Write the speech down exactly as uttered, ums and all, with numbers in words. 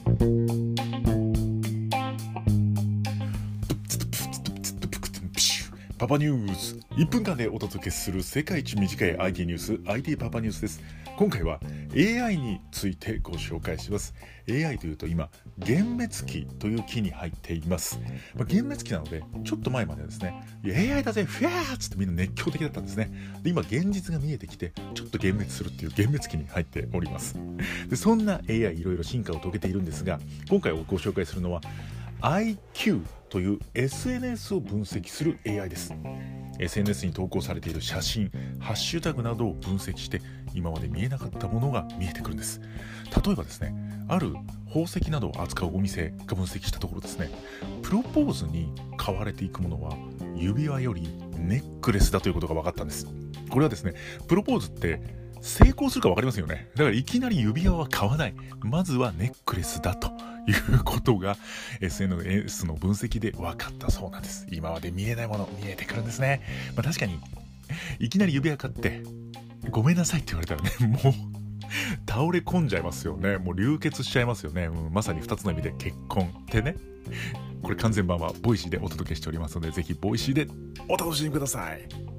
パパニュースいっぷんかんでお届けする世界一短い アイティー ニュース アイティー パパニュースです。今回は エーアイ についてご紹介します。 エーアイ というと今幻滅期という期に入っています。まあ、幻滅期なのでちょっと前まではですね、いや エーアイ だぜフィアーっつってみんな熱狂的だったんですね。で今現実が見えてきてちょっと幻滅するっていう幻滅期に入っております。でそんな エーアイ いろいろ進化を遂げているんですが、今回ご紹介するのは アイキュー という エスエヌエス を分析する エーアイ です。 エスエヌエス に投稿されている写真、ハッシュタグなどを分析して今まで見えなかったものが見えてくるんです。例えばですね、ある宝石などを扱うお店が分析したところですね、プロポーズに買われていくものは指輪よりネックレスだということが分かったんです。これはですね、プロポーズって成功するか分かりますよね。だからいきなり指輪は買わない、まずはネックレスだということが エスエヌエス の分析で分かったそうなんです。今まで見えないもの見えてくるんですね。まあ、確かにいきなり指輪買ってごめんなさいって言われたらね、もう倒れ込んじゃいますよね。もう流血しちゃいますよね。うん、まさにふたつの意味で結婚ってね。これ完全版はボイシーでお届けしておりますので、ぜひボイシーでお楽しみください。